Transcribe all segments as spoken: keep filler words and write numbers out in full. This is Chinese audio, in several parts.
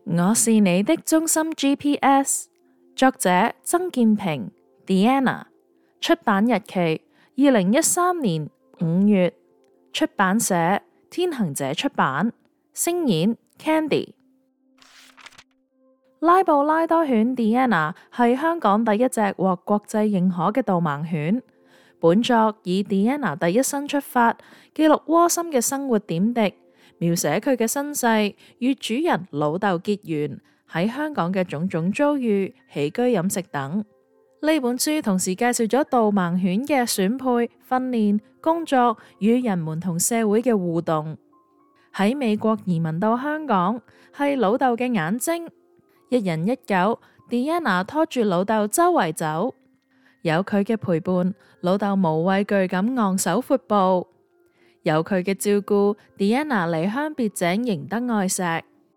我是你的中心 G P S， 作者曾建平 Deanna， 出版日期二零一三年五月，出版社天行者出版，聲演 Candy。拉布拉多犬 Deanna 係香港第一隻獲國際認可嘅導盲犬。本作以 Deanna 第一身出發，記錄窩心嘅生活點滴，描寫佢嘅身世與主人老豆結緣，喺香港嘅種種遭遇、起居飲食等。呢本書同時介紹咗導盲犬嘅選配、訓練、工作與人們同社會嘅互動。喺美國移民到香港，係老豆嘅眼睛。一人一狗 ，Deanna 拖住老豆周圍走，有佢嘅陪伴，老豆無畏懼咁昂首闊步。有佢嘅照顧 ，Deanna 離鄉別井，贏得愛錫。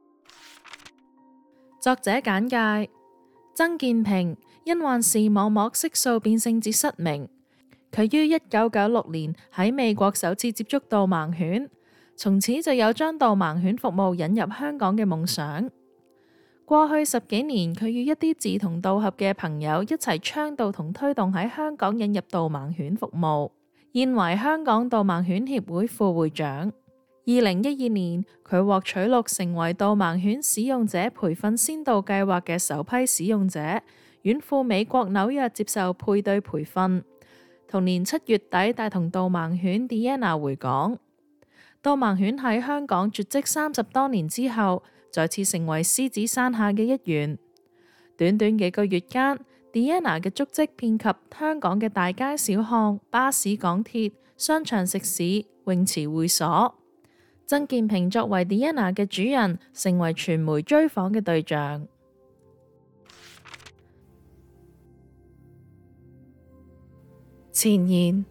作者簡介：曾建平因患視網膜色素變性節失明，佢於一九九六年喺美國首次接觸導盲犬，從此就有將導盲犬服務引入香港嘅夢想。過去十幾年，佢與一啲志同道合嘅朋友一齊倡導同推動喺香港引入導盲犬服務，現為香港導盲犬協會副會長。二零一二年，佢獲取錄成為導盲犬使用者培訓先導計劃嘅首批使用者，遠赴美國紐約接受配對培訓。同年七月底，帶同導盲犬 Deanna 回港。導盲犬喺香港絕跡三十多年之後，再次成為獅子山下嘅一員。短短幾個月間，Deanna 嘅足跡遍及香港嘅大街小巷、巴士、港鐵、商場、食肆、泳池、會所。曾建平作為 Deanna 嘅主人，成為傳媒追訪嘅對象。前言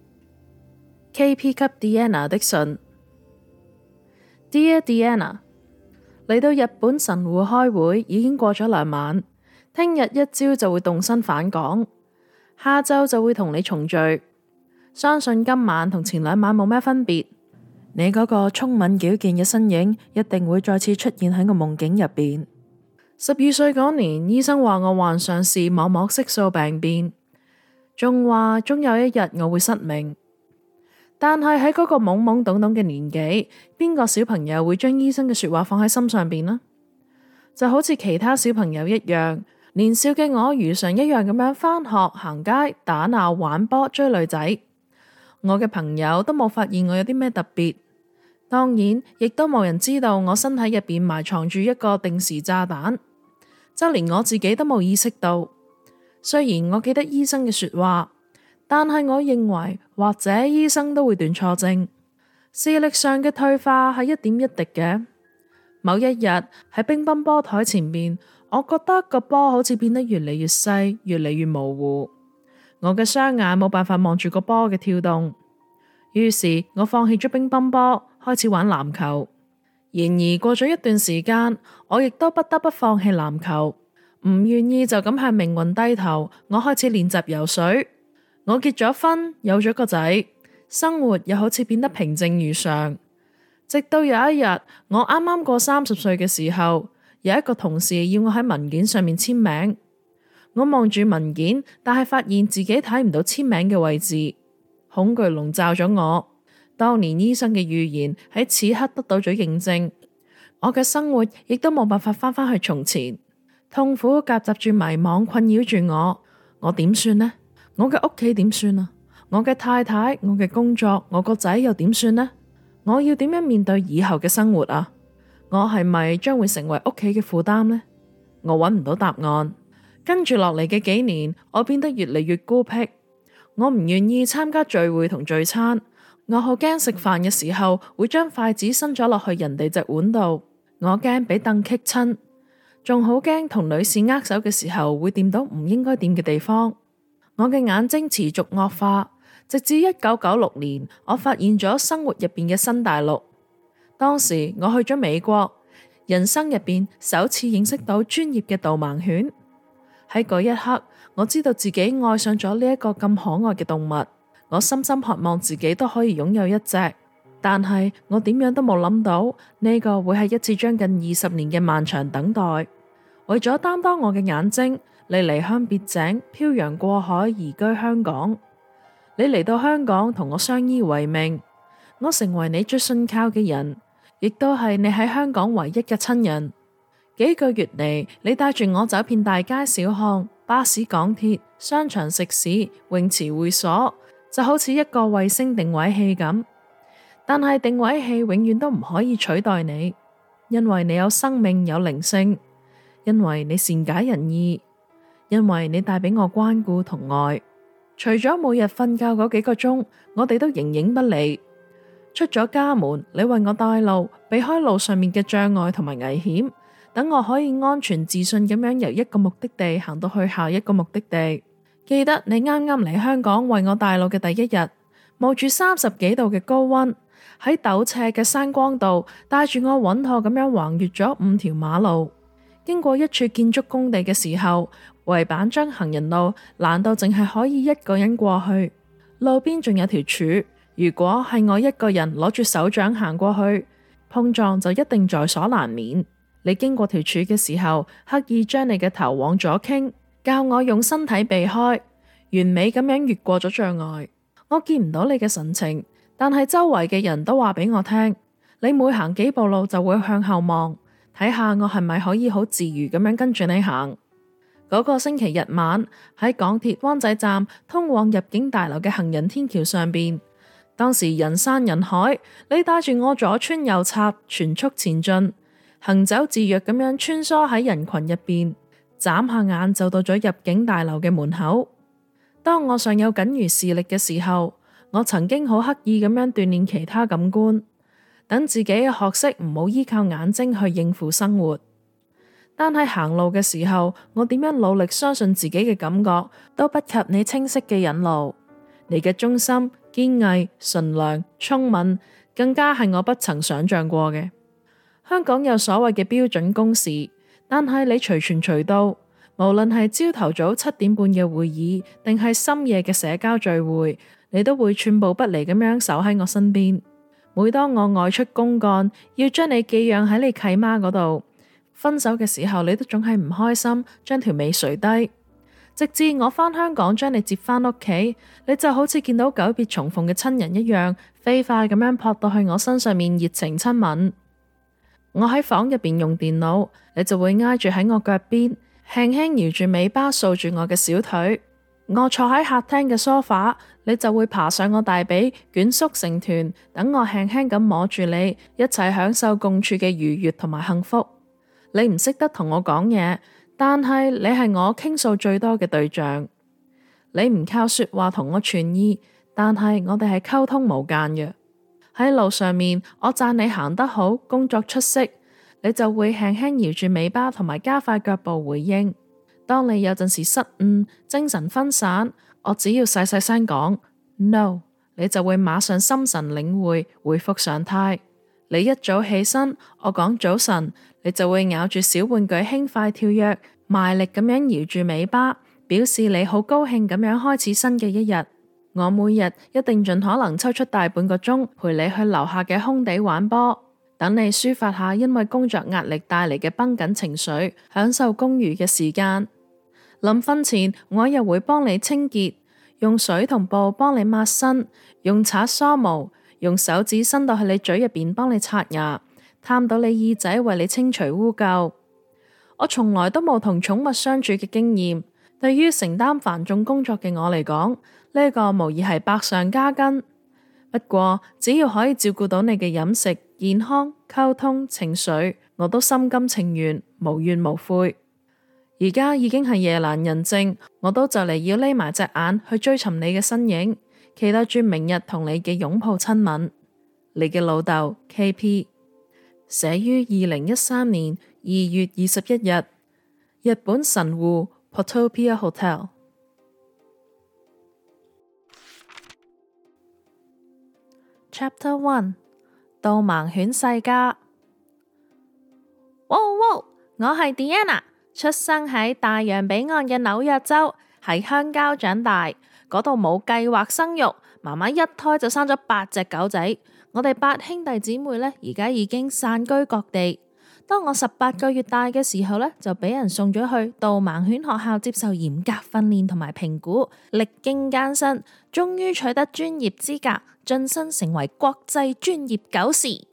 ：K P 給 Deanna 的信。Dear Deanna，嚟到日本神戶開會已經過咗兩晚，聽日一朝就會動身返港，下晝就會同你重聚。相信今晚同前兩晚冇咩分別，你嗰個聰敏矯健嘅身影一定會再次出現喺個夢境入邊。十二歲嗰年，醫生話我患上視網膜色素病變，仲話終有一日我會失明。但係喺嗰個懵懵懂懂嘅年紀，邊個小朋友會將醫生嘅說話放喺心上邊呢？就好似其他小朋友一樣，年少嘅我如常一樣咁樣返學、行街、打鬧、玩波、追女仔。我嘅朋友都冇發現我有啲咩特別，當然亦都冇人知道我身體入邊埋藏住一個定時炸彈，就連我自己都冇意識到。雖然我記得醫生嘅說話，但係我認為或者醫生都會斷錯症。視力上嘅退化係一點一滴嘅。某一日喺乒乓波台前面，我覺得個波好似變得越嚟越細，越嚟越模糊。我嘅雙眼冇辦法望住個波嘅跳動，於是我放棄咗乒乓波，開始玩籃球。然而過咗一段時間，我亦都不得不放棄籃球，唔願意就咁向命運低頭。我開始練習游水。我結咗婚，有咗個仔，生活又好似變得平靜如常。直到有一日，我啱啱過三十歲嘅時候，有一個同事要我喺文件上面簽名。我望住文件，但係發現自己睇唔到簽名嘅位置，恐懼籠罩咗我。當年醫生嘅預言喺此刻得到咗認證，我嘅生活亦都冇辦法翻返去從前。痛苦夾雜住迷惘困擾住我，我點算呢？我嘅屋企點算啊？我嘅太太、我嘅工作、我個仔又點算呢？我要點樣面對以後嘅生活啊？我係咪將會成為屋企嘅負擔呢？我揾唔到答案。跟住落嚟嘅幾年，我變得越嚟越孤僻。我唔願意參加聚會同聚餐，我好驚食飯嘅時候會將筷子伸咗落去人哋隻碗度，我驚俾凳棘親，仲好驚同女士握手嘅時候會掂到唔應該掂嘅地方。我嘅眼睛持續惡化，直至一九九六年，我發現咗生活入邊嘅新大陸。當時我去咗美國，人生入邊首次認識到專業嘅導盲犬。喺嗰一刻，我知道自己愛上咗呢一個咁可愛嘅動物，我深深渴望自己都可以擁有一隻。 但係我點樣都冇諗到呢個會係一次將近二十年嘅漫長等待。為咗擔當我嘅眼睛，你離鄉別井，漂洋過海移居香港。你嚟到香港同我相依為命，我成為你最信靠嘅人，亦都係你喺香港唯一嘅親人。幾個月嚟，你帶住我走遍大街小巷、巴士、港鐵、商場、食肆、泳池、會所，就好似一個衛星定位器咁。但係定位器永遠都唔可以取代你，因為你有生命，有靈性，因為你善解人意，因為你帶俾我關顧同愛。除咗每日瞓覺嗰幾個鐘，我哋都形影不離。出咗家門，你為我帶路，避開路上面嘅障礙同埋危險，等我可以安全自信咁樣由一個目的地行到去下一個目的地。記得你啱啱嚟香港為我帶路嘅第一日，冒住三十幾度嘅高溫，喺陡斜嘅山崗道帶住我穩妥咁樣橫越咗五條馬路，經過一處建築工地嘅時候，圍板將行人路攔到淨係可以一個人過去，路邊仲有條柱。如果係我一個人攞住手掌行過去，碰撞就一定在所難免。你經過條柱嘅時候，刻意將你嘅頭往左傾，教我用身體避開，完美咁樣越過咗障礙。我見唔到你嘅神情，但係周圍嘅人都話俾我聽，你每行幾步路就會向後望，睇下我係咪可以好自如咁樣跟住你行。嗰個星期日晚喺港鐵灣仔站通往入境大樓嘅行人天橋上邊，當時人山人海，你帶住我左穿右插，全速前進，行走自若咁樣穿梭喺人群入邊，眨下眼就到咗入境大樓嘅門口。當我尚有僅餘視力嘅時候，我曾經好刻意咁樣鍛煉其他感官，等自己學識唔好依靠眼睛去應付生活。但係行路嘅時候，我點樣努力相信自己嘅感覺，都不及你清晰嘅引路。你嘅忠心、堅毅、純良、聰敏，更加係我不曾想象過嘅。香港有所謂嘅標準工時，但係你隨傳隨到，無論係朝頭早七點半嘅會議，定係深夜嘅社交聚會，你都會寸步不離咁樣守喺我身邊。每當我外出公幹，要將你寄養喺你契媽嗰度，分手嘅時候，你都總係唔開心，將條尾垂低。直至我返香港將你接返屋企，你就好似見到久別重逢嘅親人一樣，飛快咁樣撲到去我身上面熱情親吻。我喺房入邊用電腦，你就會挨住喺我腳邊，輕輕搖住尾巴掃住我嘅小腿。我坐喺客廳嘅梳化，你就會爬上我大髀，捲縮成團，等我輕輕咁摸住你，一齊享受共處嘅愉悅同埋幸福。你唔識得同我講嘢，但係你係我傾訴最多嘅對象。你唔靠說話同我傳意，但係我哋係溝通無間嘅。喺路上面，我讚你行得好，工作出色，你就會輕輕搖住尾巴同埋加快腳步回應。當你有陣時失誤、精神分散，我只要細細聲講 no， 你就會馬上心神領會，回復常態。你一早起身，我講早晨，你就會咬住小玩具輕快跳躍，賣力咁樣搖住尾巴，表示你好高興咁樣開始新嘅一日。我每日一定盡可能抽出大半個鐘陪你去樓下嘅空地玩波，等你抒發下因為工作壓力帶嚟嘅繃緊情緒，享受公餘嘅時間。臨瞓前，我又會幫你清潔，用水同布幫你抹身，用刷梳毛，用手指伸到去你嘴入邊幫你刷牙，探到你耳仔為你清除污垢。我從來都冇同寵物相處嘅經驗，對於承擔繁重工作嘅我嚟講，呢個無疑係百上加斤。不過只要可以照顧到你嘅飲食、健康、溝通、情緒，我都心甘情願，無怨無悔。而家已經係夜闌人靜，我都就嚟要匿埋隻眼去追尋你嘅身影，期待住明日同你嘅擁抱親吻。你嘅老豆 K P， 寫於二零一三年二月二十一日，日本神戶 Portopia Hotel。Chapter One， 導盲犬世家。哇哇，我係 Diana， 出生喺大洋彼岸嘅紐約州，喺鄉郊長大，嗰度冇計劃生育，媽媽一胎就生咗八隻狗仔， 我哋八兄弟姊妹呢，而家已經散居各地。當我十八個月大嘅時候呢，就俾人送咗去導盲犬學校接受嚴格訓練同埋評估，歷經艱辛，終於取得專業資格，晉身成為國際專業狗士。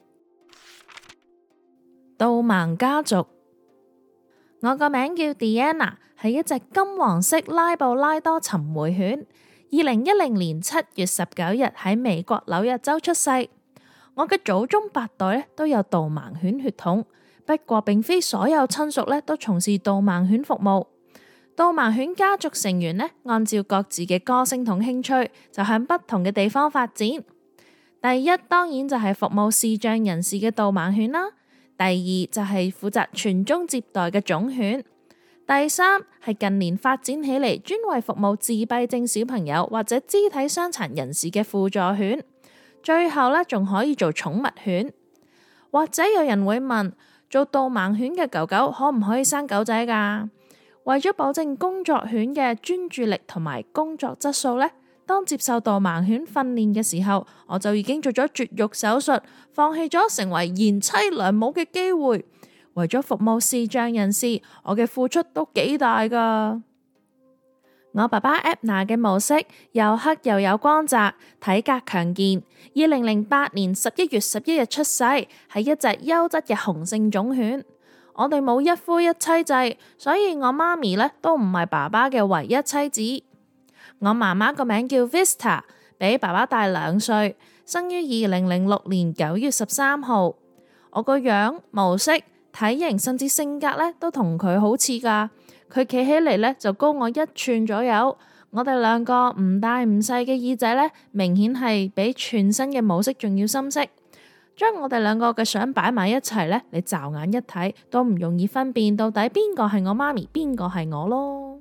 導盲家族，我個名叫 Deanna， 係一隻金黃色拉布拉多尋回犬。二零一零年七月十九日喺美國紐約州出世。我嘅祖宗八代咧都有導盲犬血統，不過並非所有親屬咧都從事導盲犬服務。導盲犬家族成員咧按照各自嘅個性同興趣，就向不同嘅地方發展。第一當然就係服務視障人士嘅導盲犬啦。第二就係負責傳宗接代嘅種犬。第三係近年發展起嚟專為服務自閉症小朋友或者肢體傷殘人士嘅輔助犬。最後呢，仲可以做寵物犬。或者有人會問，做導盲犬嘅狗狗可唔可以生狗仔㗎？為咗保證工作犬嘅專注力同埋工作質素呢，當接受導盲犬訓練嘅時候，我就已經做咗絕育手術，放棄咗成為賢妻良母嘅機會。為咗服務視障人士，我嘅付出都幾大噶。我爸爸 Abner 嘅毛色又黑又有光澤，體格強健。二零零八年十一月十一日出世，係一隻優質嘅雄性種犬。我哋冇一夫一妻制，所以我媽咪呢都唔係爸爸嘅唯一妻子。我媽媽個名叫 Vista， 比爸爸大兩歲，生於二零零六年九月十三號。我個樣、毛色、體型甚至性格咧都同佢好似噶，佢企起嚟咧就高我一寸左右。我哋兩個唔大唔細嘅耳仔咧，明顯係比全身嘅毛色仲要深色。將我哋兩個嘅相擺埋一齊咧，你驟眼一睇都唔容易分辨到底邊個係我媽咪，邊個係我咯。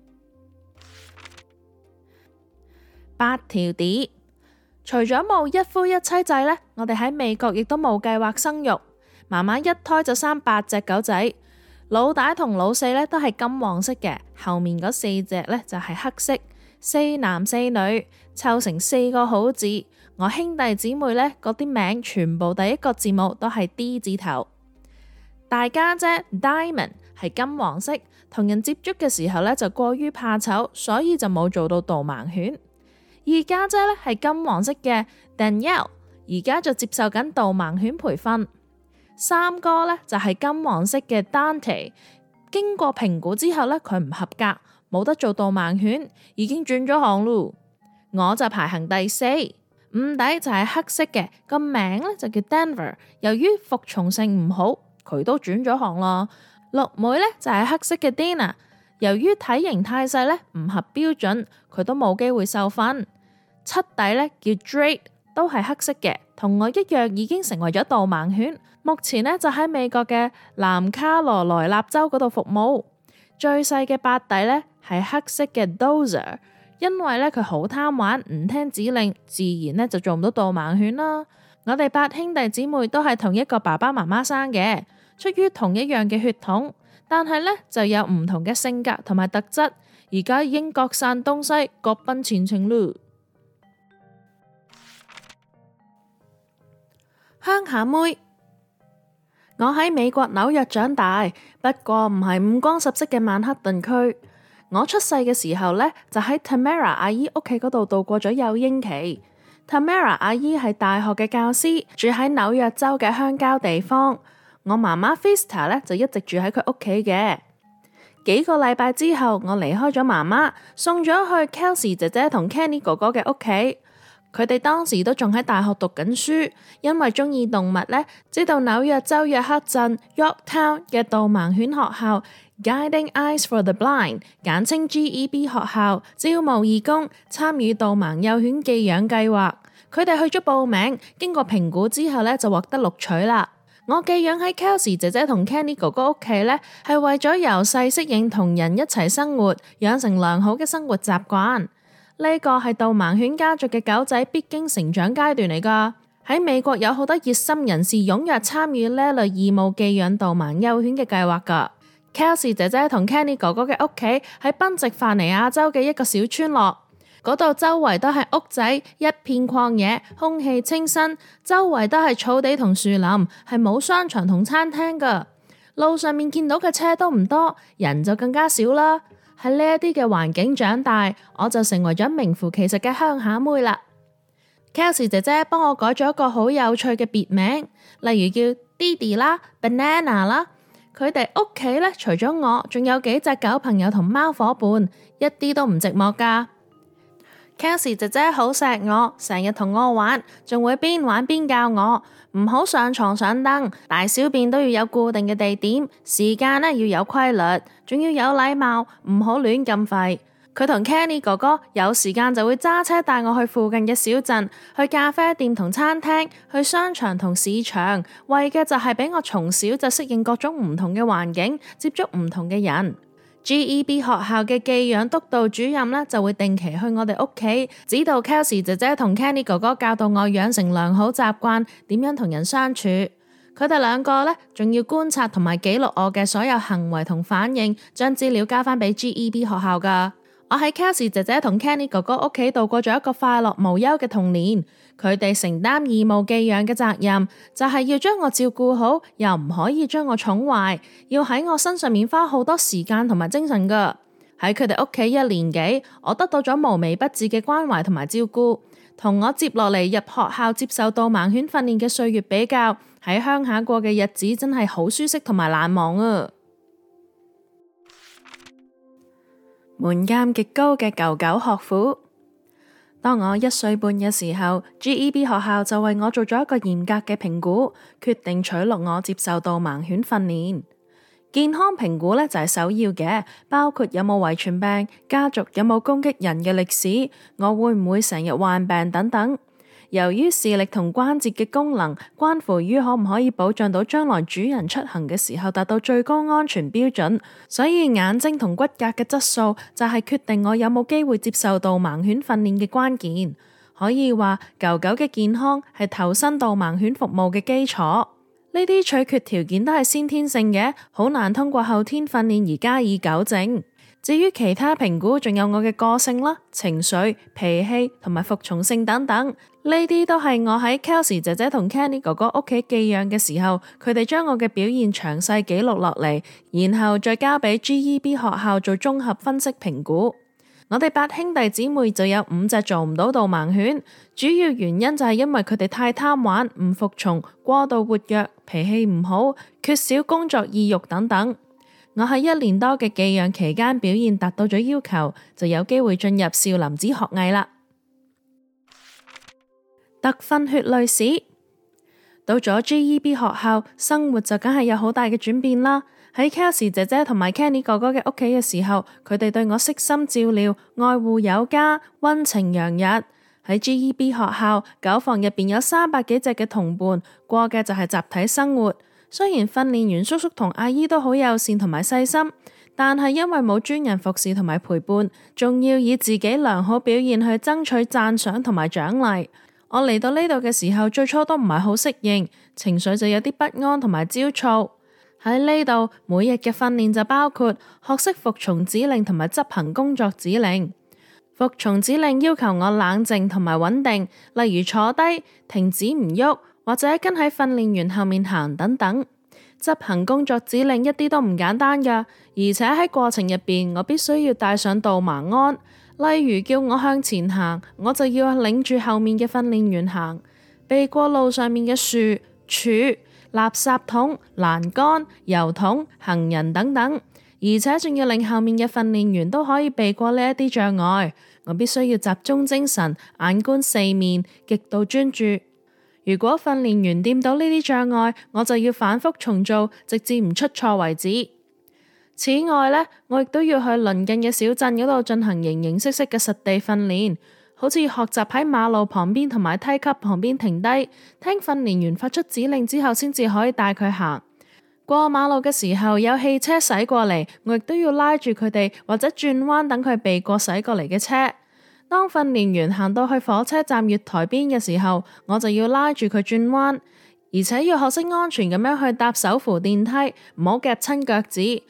八條碟，除咗冇一夫一妻制咧，我哋喺美國亦都冇計劃生育。媽媽一胎就生八隻狗仔，老大同老四咧都係金黃色嘅，後面嗰四隻咧就係黑色，四男四女，湊成四個好字。我兄弟姊妹咧嗰啲名全部第一個字母都係 D 字頭。大家姐 Diamond 係金黃色，同人接觸嘅時候咧就過於怕醜，所以就冇做到導盲犬。二家姐咧係金黃色嘅 Danielle， 而家就接受緊導盲犬培訓。三哥呢就係金黃色嘅 Dante， 經過評估之後呢，佢唔合格，冇得做導盲犬，已經轉咗行咯。我就排行第四。五弟就係黑色嘅，個名呢就叫 Denver， 由於服從性唔好，佢都轉咗行咯。六妹呢就係黑色嘅 Dina， 由於體型太細呢，唔合標準，佢都冇機會受訓。七弟呢叫 Drake， 都係黑色嘅，同我一樣已經成為咗導盲犬。目前呢，就喺美國嘅南卡羅來納州嗰度服務。最細嘅八弟呢，係黑色嘅 Dozer， 因為呢，佢好貪玩，唔聽指令，自然呢就做唔到導盲犬啦。我哋八兄弟姊妹都係同一個爸爸媽媽生嘅，出於同一樣嘅血統，但係呢，就有唔同嘅性格同埋特質。而家已經各散東西，各奔前程咯。鄉下妹。我喺美國紐約長大，不過唔係五光十色嘅曼克頓區。我出世嘅時候呢，就喺 Tamara 阿姨屋企嗰度度過咗幼嬰期。Tamara 阿姨係大學嘅教師，住喺紐約州嘅鄉郊地方。我媽媽 Vista 呢，就一直住喺佢屋企嘅。幾個禮拜之後，我離開咗媽媽，送咗去 Kelsey 姐姐同 Kenny 哥哥嘅屋企。佢哋當時都仲喺大學讀緊書，因為中意動物呢，知道紐約州約克鎮 Yorktown 嘅導盲犬學校 Guiding Eyes for the Blind， 簡稱 G E B 學校，招募義工參與導盲幼犬寄養計劃。佢哋去咗報名，經過評估之後呢，就獲得錄取啦。我寄養喺 Kelsey 姐姐同 Kenny 哥哥屋企呢，係為咗由細適應同人一齊生活，養成良好嘅生活習慣。呢個係導盲犬家族嘅狗仔必經成長階段嚟噶。喺美國有好多熱心人士踴躍參與呢類義務寄養導盲幼犬嘅計劃噶。Kelsey 姐姐同 Kenny 哥哥嘅屋企喺賓夕法尼亞州嘅一個小村落。 嗰度周圍都係屋仔，一片曠野，空氣清新，周圍都係草地同樹林，係冇商場同餐廳噶。路上面見到嘅車都唔多，人就更加少啦。喺呢一啲嘅環境長大，我就成為咗名副其實嘅鄉下妹啦。Kelsey 姐姐幫我改咗一個好有趣嘅別名，例如叫 Didi 啦、Banana 啦。佢哋屋企咧，除咗我，仲有幾隻狗朋友同貓伙伴，一啲都唔寂寞噶。Kelsey 姐姐好錫我，成日同我玩，仲會邊玩邊教我唔好上床上燈，大小便都要有固定嘅地點，時間咧要有規律，仲要有禮貌，唔好亂咁吠。佢同 Kenny 哥哥有時間就會揸車帶我去附近嘅小鎮，去咖啡店同餐廳，去商場同市場，為嘅就係俾我從小就適應各種唔同嘅環境，接觸唔同嘅人。G E B 學校嘅寄養督導主任呢，就會定期去我哋屋企，指導 Kelsey 姐姐同 Kenny 哥哥，教導我養成良好習慣，點樣同人相處。佢哋兩個呢，仲要觀察同埋記錄我嘅所有行為同反應，將資料交翻俾 G E B 學校噶。我喺 Kelsey 姐姐同 Kenny 哥哥屋企度過咗一個快樂無憂嘅童年，佢哋承擔義務寄養嘅責任，就係要將我照顧好，又唔可以將我寵壞，要喺我身上面花好多時間同埋精神噶。喺佢哋屋企一年幾，我得到咗無微不至嘅關懷同埋照顧，同我接落嚟入學校接受導盲犬訓練嘅歲月比較，喺鄉下過嘅日子真係好舒適同埋難忘啊！門檻極高嘅狗狗學府。當我一歲半嘅時候， G E B 學校就為我做咗一個嚴格嘅評估，決定取錄我接受導盲犬訓練。健康評估呢就係首要嘅，包括有冇遺傳病、家族有冇攻擊人嘅歷史、我會唔會成日患病等等。由於視力同關節嘅功能關乎於可唔可以保障到將來主人出行嘅時候達到最高安全標準，所以眼睛同骨骼嘅質素就係決定我有冇機會接受導盲犬訓練嘅關鍵。可以話狗狗嘅健康係投身導盲犬服務嘅基礎。呢啲取決條件都係先天性嘅，好難通過後天訓練而加以糾正。至於其他評估，仲有我嘅個性啦、情緒、脾氣同埋服從性等等，呢啲都係我喺 Kelsey 姐姐同 Kenny 哥哥屋企寄養嘅時候，佢哋將我嘅表現詳細記錄落嚟，然後再交俾 G E B 學校做綜合分析評估。我哋八兄弟姊妹就有五隻做唔到導盲犬，主要原因就係因為佢哋太貪玩、唔服從、過度活躍、脾氣唔好、缺少工作意欲等等。我喺一年多嘅寄養期間表現達到咗要求，就有機會進入少林寺學藝啦。特訓血淚史。到咗 G E B 學校，生活就梗係有好大嘅轉變啦。喺 Kelsey 姐姐同埋 Kenny 哥哥嘅屋企嘅時候，佢哋對我悉心照料，愛護有加，溫情洋溢。喺 G E B 學校，狗房入邊有三百幾隻嘅同伴，過嘅就係集體生活。雖然訓練員叔叔同阿姨都好友善同埋細心，但係因為冇專人服侍同埋陪伴，仲要以自己良好表現去爭取讚賞同埋獎勵。我嚟到呢度嘅時候，最初都唔係好適應，情緒就有啲不安同埋焦躁。喺呢度每日嘅訓練就包括學識服從指令同埋執行工作指令。服從指令要求我冷靜同埋穩定，例如坐低、停止唔喐，或者跟喺訓練員後面行等等。執行工作指令一啲都唔簡單㗎，而且喺過程入邊，我必須要帶上導盲鞍。例如叫我向前行，我就要領住後面嘅訓練員行，避過路上面嘅樹、柱、垃圾桶、欄杆、油桶、行人等等，而且仲要令後面嘅訓練員都可以避過呢一啲障礙。我必須要集中精神，眼觀四面，極度專注。如果訓練員掂到呢啲障礙，我就要反覆重做，直至唔出錯為止。此外呢，我亦都要去鄰近嘅小鎮嗰度進行形形色色嘅實地訓練，好似學習喺馬路旁邊同埋梯級旁邊停低，聽訓練員發出指令之後，先至可以帶佢行。過馬路嘅時候有汽車駛過嚟，我亦都要拉住佢哋或者轉彎等佢避過駛過嚟嘅車。當訓練員行到去火車站月台邊嘅時候，我就要拉住佢轉彎，而且要學識安全咁樣去搭手扶電梯，唔好夾親腳趾，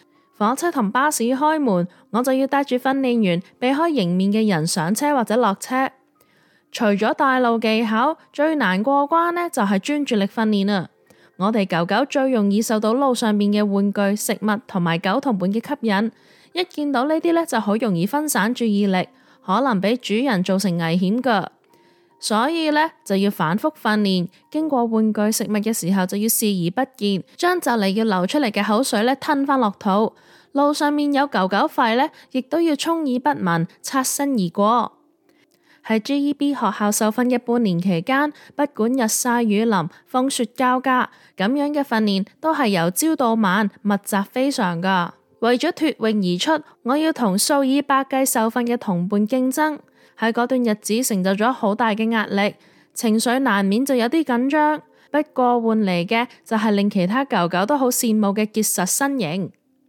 火車同巴士開門，我就要帶住訓練員避開迎面嘅人上車或者落車。除咗帶路技巧，最難過關呢就係專注力訓練啊！我哋狗狗最容易受到路上面嘅玩具、食物同埋狗同伴嘅吸引，一見到呢啲呢就好容易分散注意力，可能俾主人造成危險噶。所以呢，就要反覆訓練，經過玩具、食物嘅時候就要視而不見，將就嚟要流出嚟嘅口水呢吞返落肚。路上面有狗狗吠呢，亦都要充耳不聞，擦身而過。喺 G E B 學校受訓嘅半年期間，不管日曬雨淋、風雪交加，咁樣嘅訓練都係由朝到晚，密集非常噶。為咗脫穎而出，我要同數以百計受訓嘅同伴競爭，喺嗰段日子成就咗好大嘅壓力，情緒難免就有啲緊張。不過換嚟嘅就係令其他狗狗都好羨慕嘅結實身形。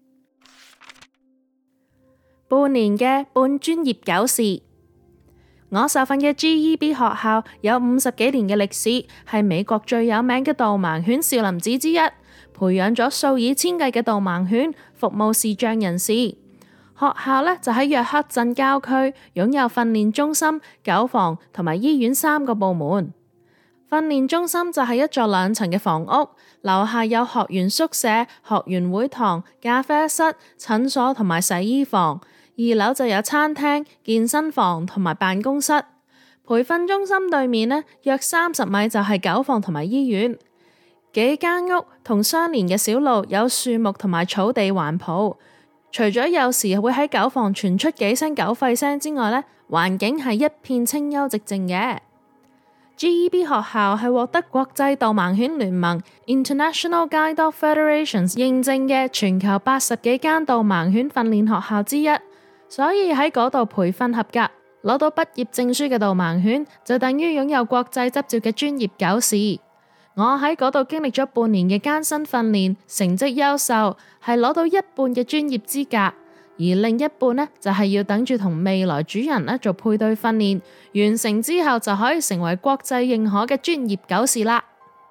半年嘅半專業狗士。我受訓嘅 G E B 學校有五十幾年嘅歷史，係美國最有名嘅導盲犬少林寺之一，培養咗數以千計嘅導盲犬，服務視障人士。學校呢就喺約克鎮郊區，擁有訓練中心、狗房同埋醫院三個部門。訓練中心就係一座兩層嘅房屋，樓下有學員宿舍、學員會堂、咖啡室、診所同埋洗衣房。二樓就有餐廳、健身房同埋辦公室。培訓中心對面呢，約三十米就係狗房同埋醫院。幾間屋同相連嘅小路有樹木同埋草地環抱。除咗有時會喺狗房傳出幾聲狗吠聲之外呢，環境係一片清幽寂靜嘅。G E B 學校係獲得國際導盲犬聯盟 International Guide Dog Federation 認證嘅全球八十幾間導盲犬訓練學校之一。所以喺嗰度培訓合格，攞到畢業證書嘅導盲犬就等於擁有國際執照嘅專業狗士。我喺嗰度經歷咗半年嘅艱辛訓練，成績優秀，係攞到一半嘅專業資格，而另一半呢，就係要等住同未來主人呢做配對訓練，完成之後就可以成為國際認可嘅專業狗士啦。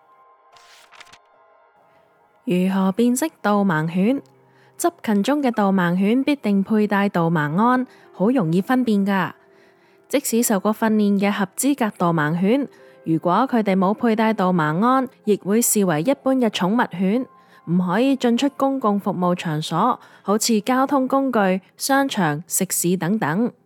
如何辨識導盲犬？執勤中嘅導盲犬必定佩戴導盲鞍，好容易分辨噶。即使受過訓練嘅合資格導盲犬，如果佢哋冇佩戴導盲鞍，亦會視為一般嘅寵物犬，唔可以進出公共服務場所，好似交通工具、商場、食肆等等。